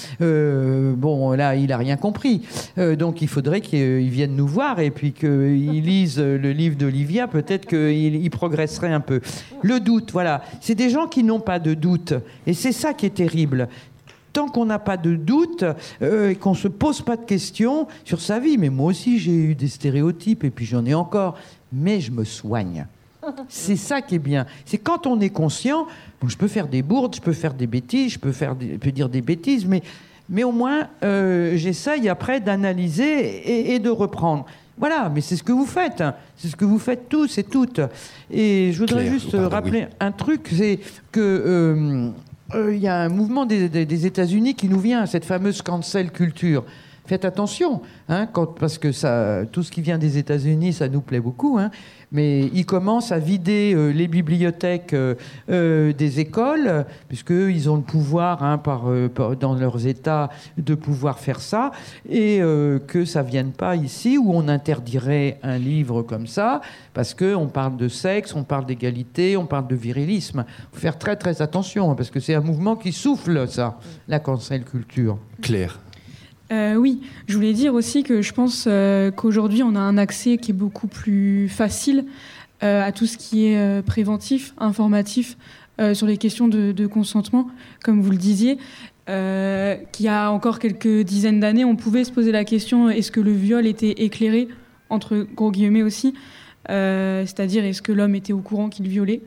Là, il a rien compris. Donc, il faudrait qu'il vienne nous voir et puis qu'il lise le livre d'Olivia. Peut-être qu'il progresserait un peu. Le doute, voilà. C'est des gens qui n'ont pas de doute. Et c'est ça qui est terrible. Tant qu'on n'a pas de doute et qu'on ne se pose pas de questions sur sa vie. Mais moi aussi, j'ai eu des stéréotypes et puis j'en ai encore. Mais je me soigne. C'est ça qui est bien. C'est quand on est conscient, je peux faire des bourdes, je peux faire des bêtises, je peux dire des bêtises, mais au moins j'essaye après d'analyser et de reprendre. Voilà, mais c'est ce que vous faites. C'est ce que vous faites tous et toutes. Et je voudrais juste rappeler un truc, c'est que y a un mouvement des États-Unis qui nous vient, cette fameuse cancel culture. Faites attention, parce que tout ce qui vient des États-Unis, ça nous plaît beaucoup. Mais ils commencent à vider les bibliothèques des écoles, puisqu'ils ont le pouvoir, dans leurs États, de pouvoir faire ça, et que ça ne vienne pas ici, où on interdirait un livre comme ça, parce qu'on parle de sexe, on parle d'égalité, on parle de virilisme. Il faut faire très très attention, parce que c'est un mouvement qui souffle, ça, la cancel culture. Claire. Oui, je voulais dire aussi que je pense qu'aujourd'hui, on a un accès qui est beaucoup plus facile à tout ce qui est préventif, informatif, sur les questions de consentement, comme vous le disiez. qu'il y a encore quelques dizaines d'années, on pouvait se poser la question, est-ce que le viol était éclairé, entre gros guillemets aussi, c'est-à-dire est-ce que l'homme était au courant qu'il violait.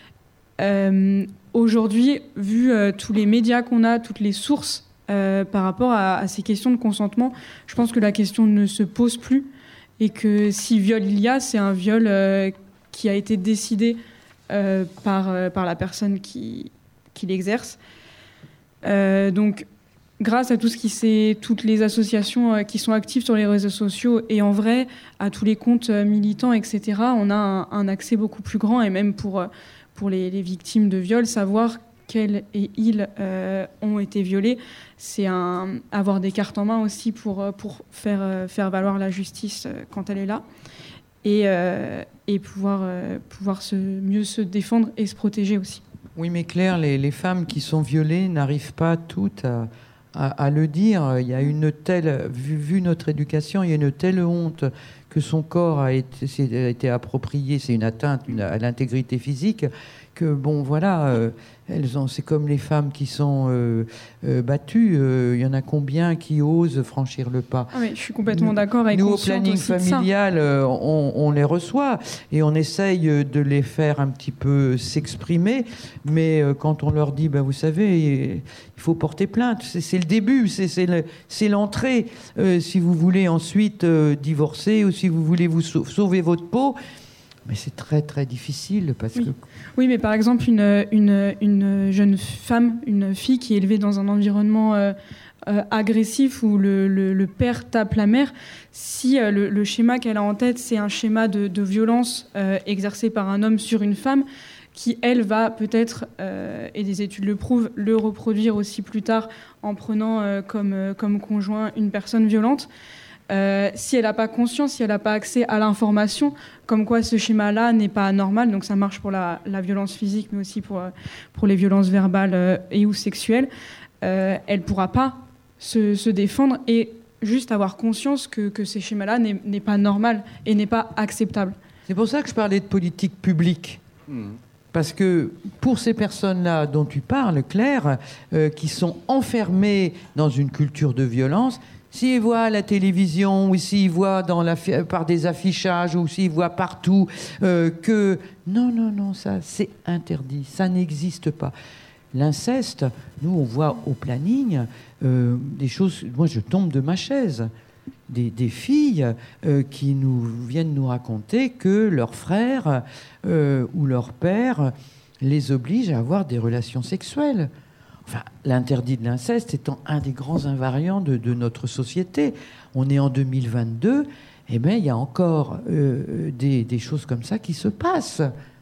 Aujourd'hui, vu tous les médias qu'on a, toutes les sources par rapport à ces questions de consentement, je pense que la question ne se pose plus et que si viol il y a, c'est un viol qui a été décidé par la personne qui l'exerce. Donc, grâce à toutes les associations qui sont actives sur les réseaux sociaux et en vrai, à tous les comptes militants, etc., on a un accès beaucoup plus grand et même pour les victimes de viol, savoir qu'elles et ils ont été violés, c'est avoir des cartes en main aussi pour faire valoir la justice quand elle est là et pouvoir mieux se défendre et se protéger aussi. Oui, mais Claire, les femmes qui sont violées n'arrivent pas toutes à le dire. Il y a une telle, vu notre éducation, il y a une telle honte que son corps a été approprié, c'est une atteinte à l'intégrité physique, que bon, voilà, c'est comme les femmes qui sont battues. Il y en a combien qui osent franchir le pas? Oui, je suis complètement d'accord avec vous. Nous, au planning familial, on les reçoit et on essaye de les faire un petit peu s'exprimer, mais quand on leur dit, vous savez, il faut porter plainte, c'est le début, c'est l'entrée. Si vous voulez ensuite divorcer ou si vous voulez vous sauver votre peau, mais c'est très très difficile parce que... Oui, mais par exemple, une jeune femme, une fille qui est élevée dans un environnement agressif où le père tape la mère, si le schéma qu'elle a en tête, c'est un schéma de violence exercée par un homme sur une femme, qui, elle, va peut-être, et des études le prouvent, le reproduire aussi plus tard en prenant comme conjoint une personne violente. Si elle n'a pas conscience, si elle n'a pas accès à l'information, comme quoi ce schéma-là n'est pas normal, donc ça marche pour la violence physique, mais aussi pour les violences verbales et ou sexuelles, elle ne pourra pas se défendre et juste avoir conscience que ces schémas-là n'est pas normal et n'est pas acceptable. C'est pour ça que je parlais de politique publique. Parce que pour ces personnes-là dont tu parles, Claire, qui sont enfermées dans une culture de violence, s'ils voient à la télévision ou s'ils voient par des affichages ou s'ils voient partout que non, ça c'est interdit, ça n'existe pas. L'inceste, nous on voit au planning des choses, moi je tombe de ma chaise. Des filles qui viennent nous raconter que leur frère ou leur père les oblige à avoir des relations sexuelles. Enfin, l'interdit de l'inceste étant un des grands invariants de notre société. On est en 2022, et bien il y a encore des choses comme ça qui se passent.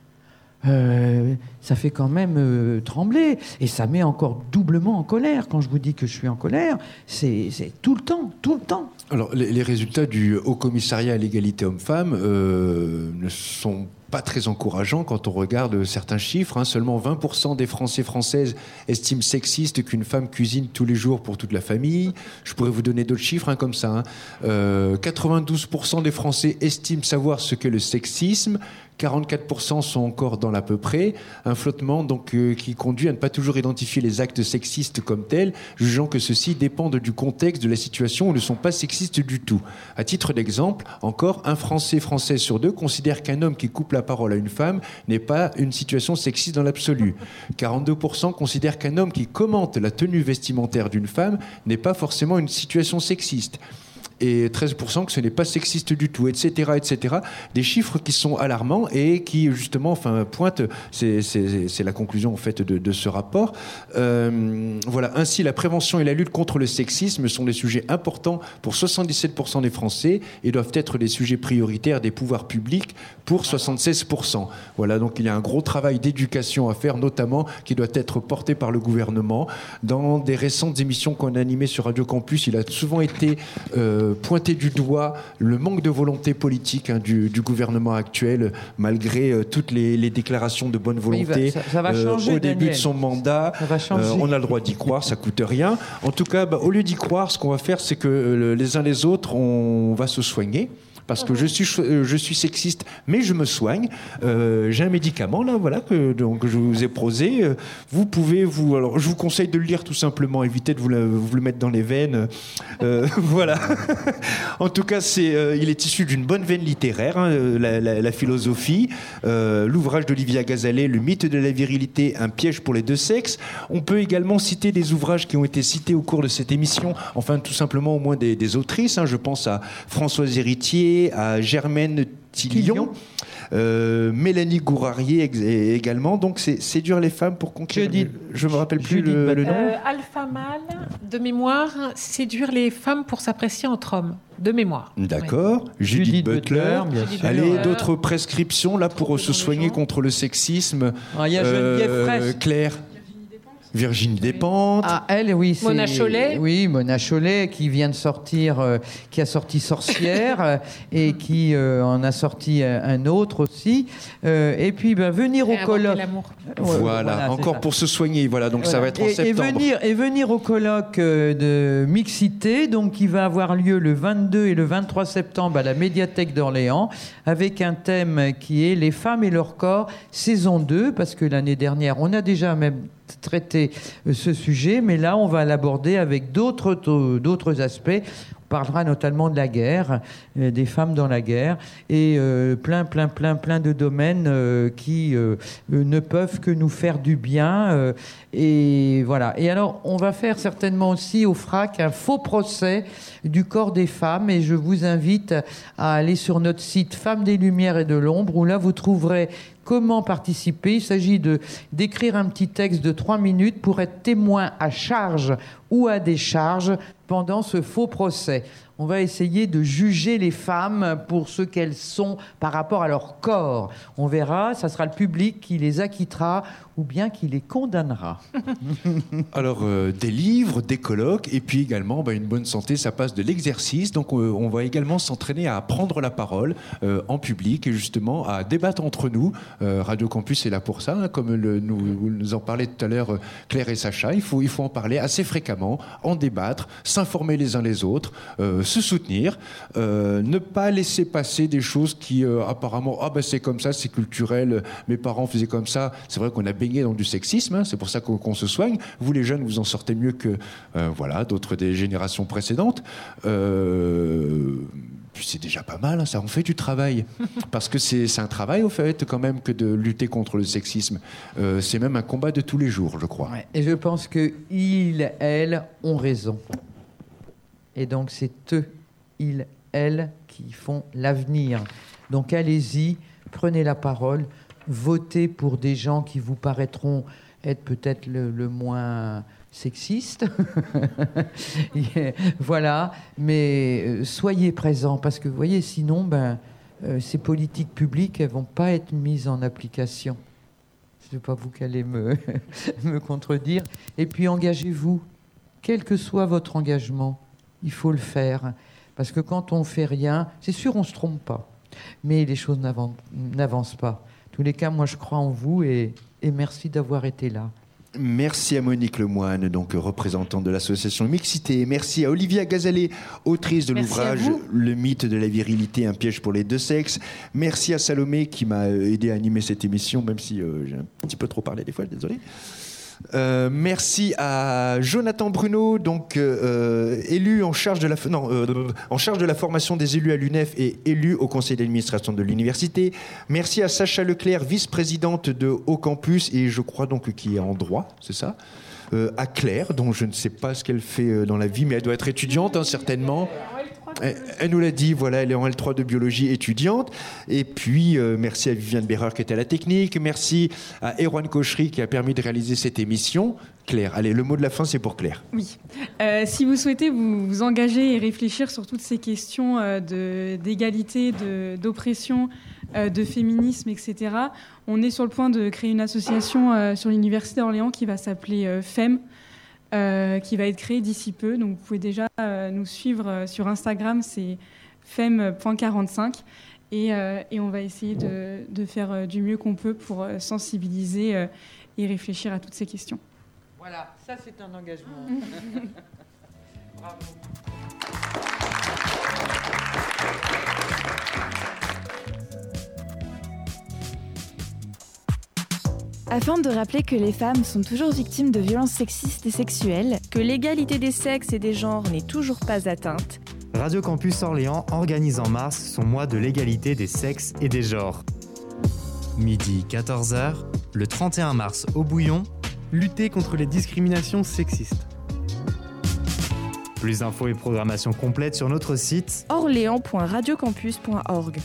Ça fait quand même trembler, et ça met encore doublement en colère. Quand je vous dis que je suis en colère, c'est tout le temps. Alors, les résultats du Haut Commissariat à l'égalité homme-femme ne sont pas très encourageants quand on regarde certains chiffres. Seulement 20% des Françaises estiment sexiste qu'une femme cuisine tous les jours pour toute la famille. Je pourrais vous donner d'autres chiffres comme ça. 92% des Français estiment savoir ce qu'est le sexisme. 44% sont encore dans l'à peu près, un flottement donc qui conduit à ne pas toujours identifier les actes sexistes comme tels, jugeant que ceux-ci dépendent du contexte, de la situation ou ne sont pas sexistes du tout. À titre d'exemple, encore, un Français sur deux considère qu'un homme qui coupe la parole à une femme n'est pas une situation sexiste dans l'absolu. 42% considèrent qu'un homme qui commente la tenue vestimentaire d'une femme n'est pas forcément une situation sexiste. Et 13% que ce n'est pas sexiste du tout, etc., etc. Des chiffres qui sont alarmants et qui, justement, pointent, c'est la conclusion, en fait, de ce rapport. Voilà. Ainsi, la prévention et la lutte contre le sexisme sont des sujets importants pour 77% des Français et doivent être des sujets prioritaires des pouvoirs publics pour 76%. Voilà. Donc, il y a un gros travail d'éducation à faire, notamment, qui doit être porté par le gouvernement. Dans des récentes émissions qu'on a animées sur Radio Campus, il a souvent été pointer du doigt le manque de volonté politique du gouvernement actuel, malgré toutes les déclarations de bonne volonté ça va changer, au début de son mandat. On a le droit d'y croire, ça coûte rien. En tout cas, au lieu d'y croire, ce qu'on va faire, c'est que les uns les autres, on va se soigner. parce que je suis sexiste, mais je me soigne. J'ai un médicament là, voilà, que je vous ai prosé. Vous pouvez alors je vous conseille de le lire tout simplement. Évitez de vous le mettre dans les veines. Voilà. En tout cas, il est issu d'une bonne veine littéraire, hein, la philosophie. L'ouvrage d'Olivia Gazalet, Le mythe de la virilité, un piège pour les deux sexes. On peut également citer des ouvrages qui ont été cités au cours de cette émission, enfin tout simplement au moins des autrices, hein. Je pense à Françoise Héritier, à Germaine Tillion. Mélanie Gourarier également. Donc, c'est séduire les femmes pour conquérir. Je me rappelle plus le nom. Alpha Male, de mémoire, séduire les femmes pour s'apprécier entre hommes, de mémoire. D'accord. Oui. Judith Butler. Allez, d'autres prescriptions là pour se soigner contre le sexisme. Il y a Geneviève Fraisse. Claire. Virginie Despentes. Ah, elle, oui. Mona Chollet. Oui, Mona Chollet, qui vient de sortir, qui a sorti Sorcière, et qui en a sorti un autre aussi. Et puis, venir au colloque. Voilà, encore pour se soigner. Voilà, donc ça va être en septembre. Et venir au colloque de mixité, donc qui va avoir lieu le 22 et le 23 septembre à la médiathèque d'Orléans, avec un thème qui est les femmes et leur corps, saison 2, parce que l'année dernière, on a déjà même traiter ce sujet, mais là on va l'aborder avec d'autres aspects. On parlera notamment de la guerre, des femmes dans la guerre, et plein de domaines qui ne peuvent que nous faire du bien. Et voilà. Et alors, on va faire certainement aussi au FRAC un faux procès du corps des femmes, et je vous invite à aller sur notre site Femmes des Lumières et de l'Ombre, où là vous trouverez comment participer. Il s'agit d'écrire un petit texte de 3 minutes pour être témoin à charge ou à décharge pendant ce faux procès. On va essayer de juger les femmes pour ce qu'elles sont par rapport à leur corps. On verra, ça sera le public qui les acquittera ou bien qui les condamnera. Alors, des livres, des colloques, et puis également, une bonne santé, ça passe de l'exercice. Donc, on va également s'entraîner à prendre la parole en public et justement à débattre entre nous. Radio Campus est là pour ça, hein, comme nous en parlaient tout à l'heure Claire et Sacha. Il faut en parler assez fréquemment, en débattre, s'informer les uns les autres, se soutenir, ne pas laisser passer des choses qui apparemment, c'est comme ça, c'est culturel, mes parents faisaient comme ça. C'est vrai qu'on a baigné dans du sexisme, hein, c'est pour ça qu'on se soigne. Vous les jeunes, vous en sortez mieux que d'autres des générations précédentes. C'est déjà pas mal, hein, ça en fait du travail. Parce que c'est un travail, au fait, quand même, que de lutter contre le sexisme. C'est même un combat de tous les jours, je crois. Ouais, et je pense qu'ils, elles, ont raison. Et donc, c'est eux, ils, elles, qui font l'avenir. Donc, allez-y, prenez la parole, votez pour des gens qui vous paraîtront être peut-être le moins sexiste. Voilà, mais soyez présents, parce que vous voyez, sinon, ces politiques publiques, elles vont pas être mises en application. Ce n'est pas vous qui allez me contredire. Et puis, engagez-vous, quel que soit votre engagement, il faut le faire, parce que quand on fait rien, c'est sûr, on se trompe pas, mais les choses n'avancent pas. En tous les cas, moi, je crois en vous et merci d'avoir été là. Merci à Monique Lemoine, donc représentante de l'association Mixité. Merci à Olivia Gazalet, autrice de l'ouvrage Le mythe de la virilité, un piège pour les deux sexes. Merci à Salomé qui m'a aidé à animer cette émission, même si j'ai un petit peu trop parlé des fois, désolé. Merci à Jonathan Bruno, donc élu en charge de la formation des élus à l'UNEF et élu au conseil d'administration de l'université. Merci à Sacha Leclerc, vice-présidente de Haut Campus et je crois donc qui est en droit, c'est ça. À Claire, dont je ne sais pas ce qu'elle fait dans la vie, mais elle doit être étudiante, hein, certainement. Elle nous l'a dit, voilà, elle est en L3 de biologie étudiante. Et puis, merci à Viviane Bérard qui était à la technique. Merci à Erwan Cochery qui a permis de réaliser cette émission. Claire, allez, le mot de la fin, c'est pour Claire. Oui. Si vous souhaitez vous engager et réfléchir sur toutes ces questions d'égalité, d'oppression, de féminisme, etc., on est sur le point de créer une association sur l'Université d'Orléans qui va s'appeler FEM, qui va être créée d'ici peu. Donc, vous pouvez déjà nous suivre sur Instagram, c'est fem.45. Et on va essayer de faire du mieux qu'on peut pour sensibiliser et réfléchir à toutes ces questions. Voilà, ça c'est un engagement. Bravo. afin de rappeler que les femmes sont toujours victimes de violences sexistes et sexuelles, que l'égalité des sexes et des genres n'est toujours pas atteinte. Radio Campus Orléans organise en mars son mois de l'égalité des sexes et des genres. Midi 14h, le 31 mars au Bouillon, lutter contre les discriminations sexistes. Plus d'infos et programmation complète sur notre site orléans.radiocampus.org.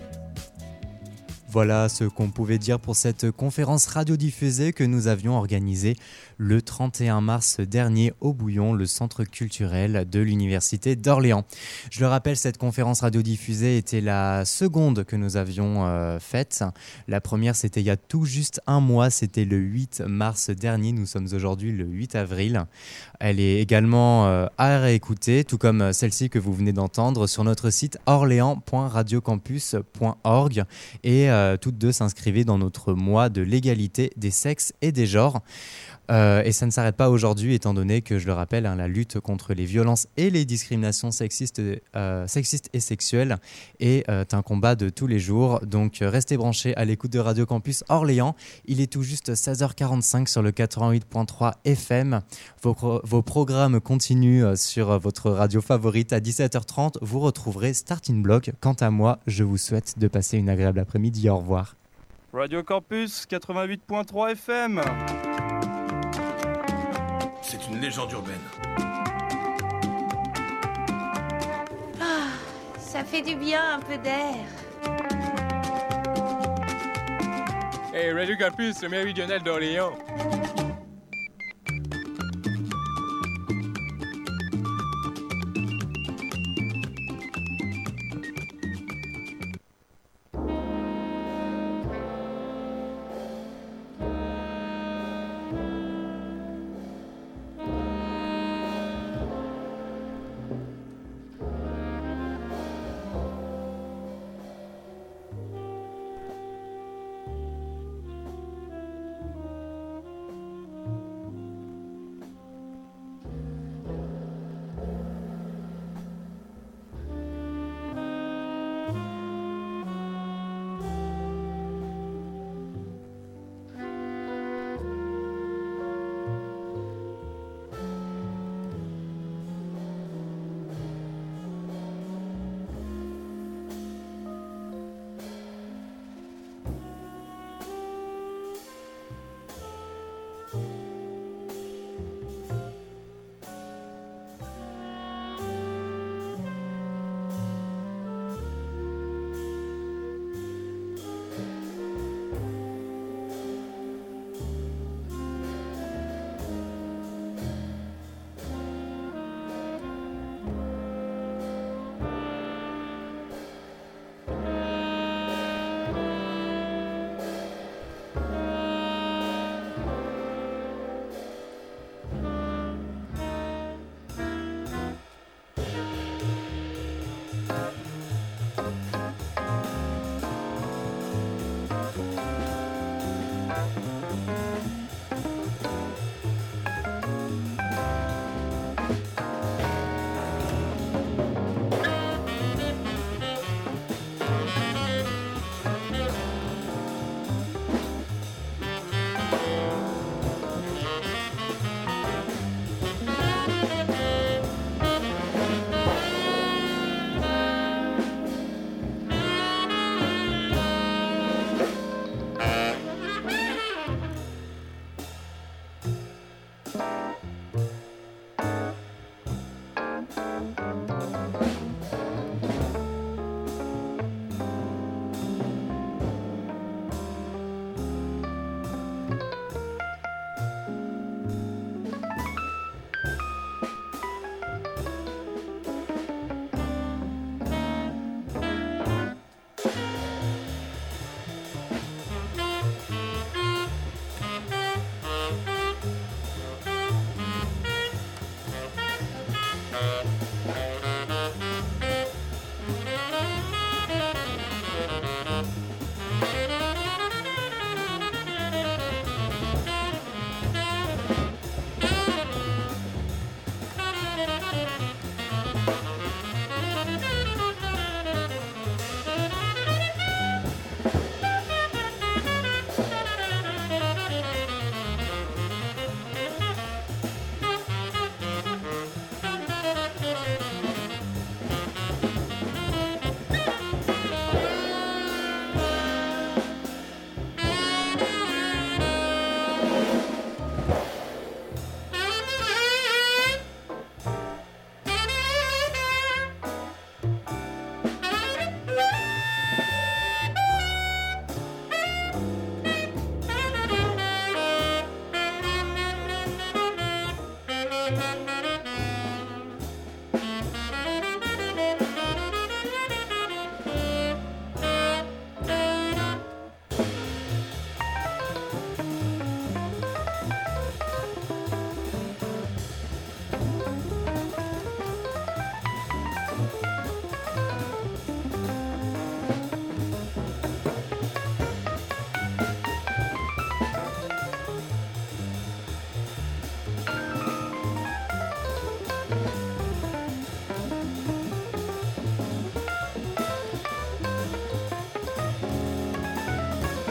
Voilà ce qu'on pouvait dire pour cette conférence radiodiffusée que nous avions organisée le 31 mars dernier au Bouillon, le centre culturel de l'Université d'Orléans. Je le rappelle, cette conférence radiodiffusée était la seconde que nous avions faite. La première, c'était il y a tout juste un mois, c'était le 8 mars dernier. Nous sommes aujourd'hui le 8 avril. Elle est également à réécouter, tout comme celle-ci que vous venez d'entendre, sur notre site orléans.radiocampus.org et toutes deux s'inscrivaient dans notre mois de l'égalité des sexes et des genres. Et ça ne s'arrête pas aujourd'hui, étant donné que, je le rappelle, la lutte contre les violences et les discriminations sexistes et sexuelles est un combat de tous les jours. Donc restez branchés à l'écoute de Radio Campus Orléans. Il est tout juste 16h45 sur le 88.3 FM. Vos programmes continuent sur votre radio favorite. À 17h30, vous retrouverez Starting Block. Quant à moi, je vous souhaite de passer une agréable après-midi. Au revoir. Radio Campus 88.3 FM. C'est une légende urbaine. Ah, ça fait du bien un peu d'air. Hey, Radio Campus, le méridional d'Orléans.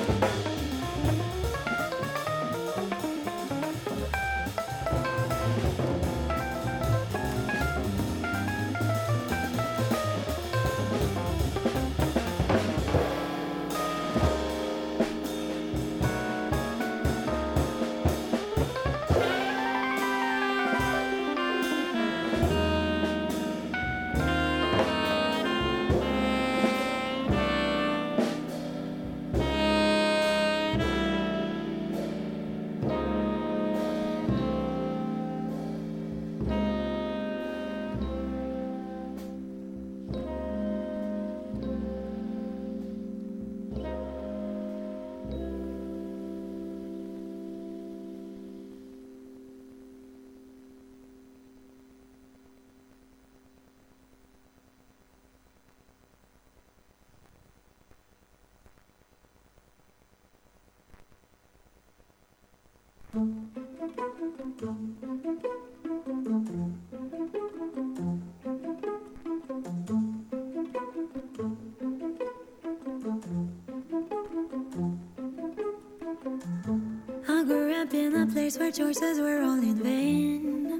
I grew up in a place where choices were all in vain.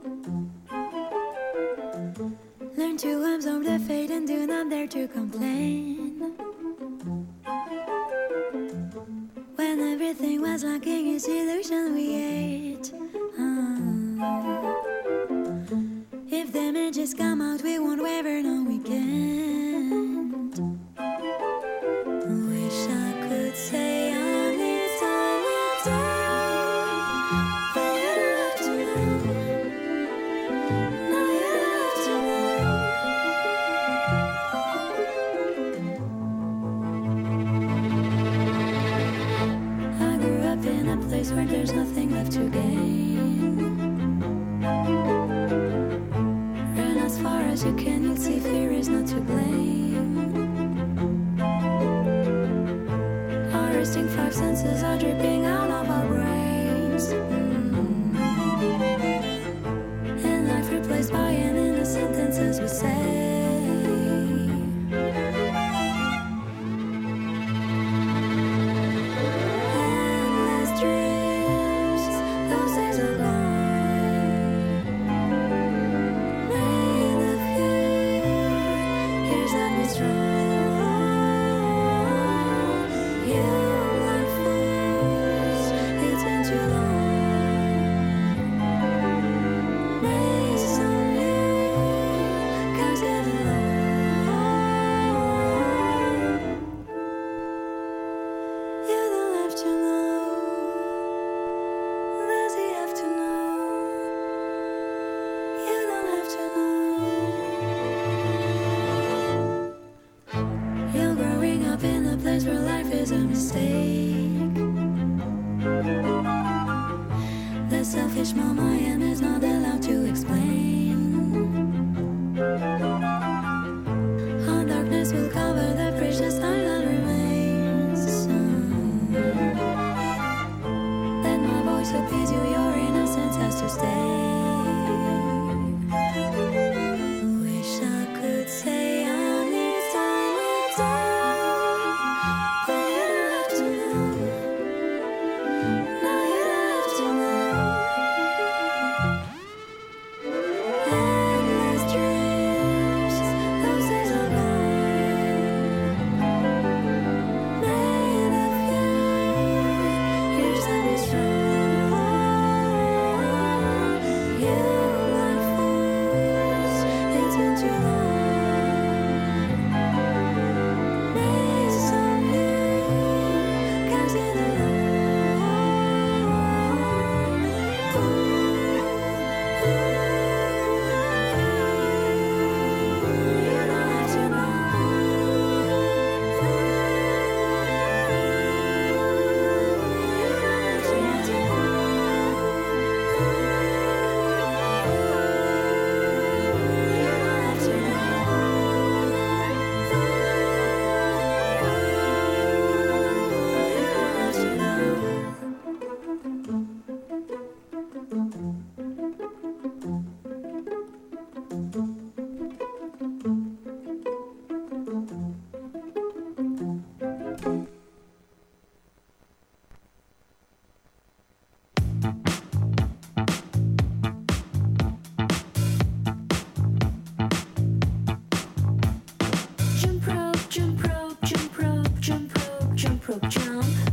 Learn to absorb the fate and do not dare to complain. When everything was lacking its illusion we ate. If damages come out we won't waver, no we can't. Wish I could say only time will tell, but you don't have to know. No, you don't have to know. I grew up in a place where there's nothing left to gain. Run as far as you can, you'll see fear is not to blame. Our resting five senses are dripping out of our brains. And life replaced by an innocent sentence we say. Endless dreams, those days are gone. May the few years that be strong. You blind fools, it's been too long. May some new comes get along. You don't have to know. Does he have to know? You don't have to know. You're growing up in a place where life is a mistake. The selfish mom I am is not allowed to explain. How darkness will cover the precious time that remains. Let my voice appease you, your innocence has to stay. Wish I could say only time will tell, but you don't have to know. No, you don't have to know. jump rope jump.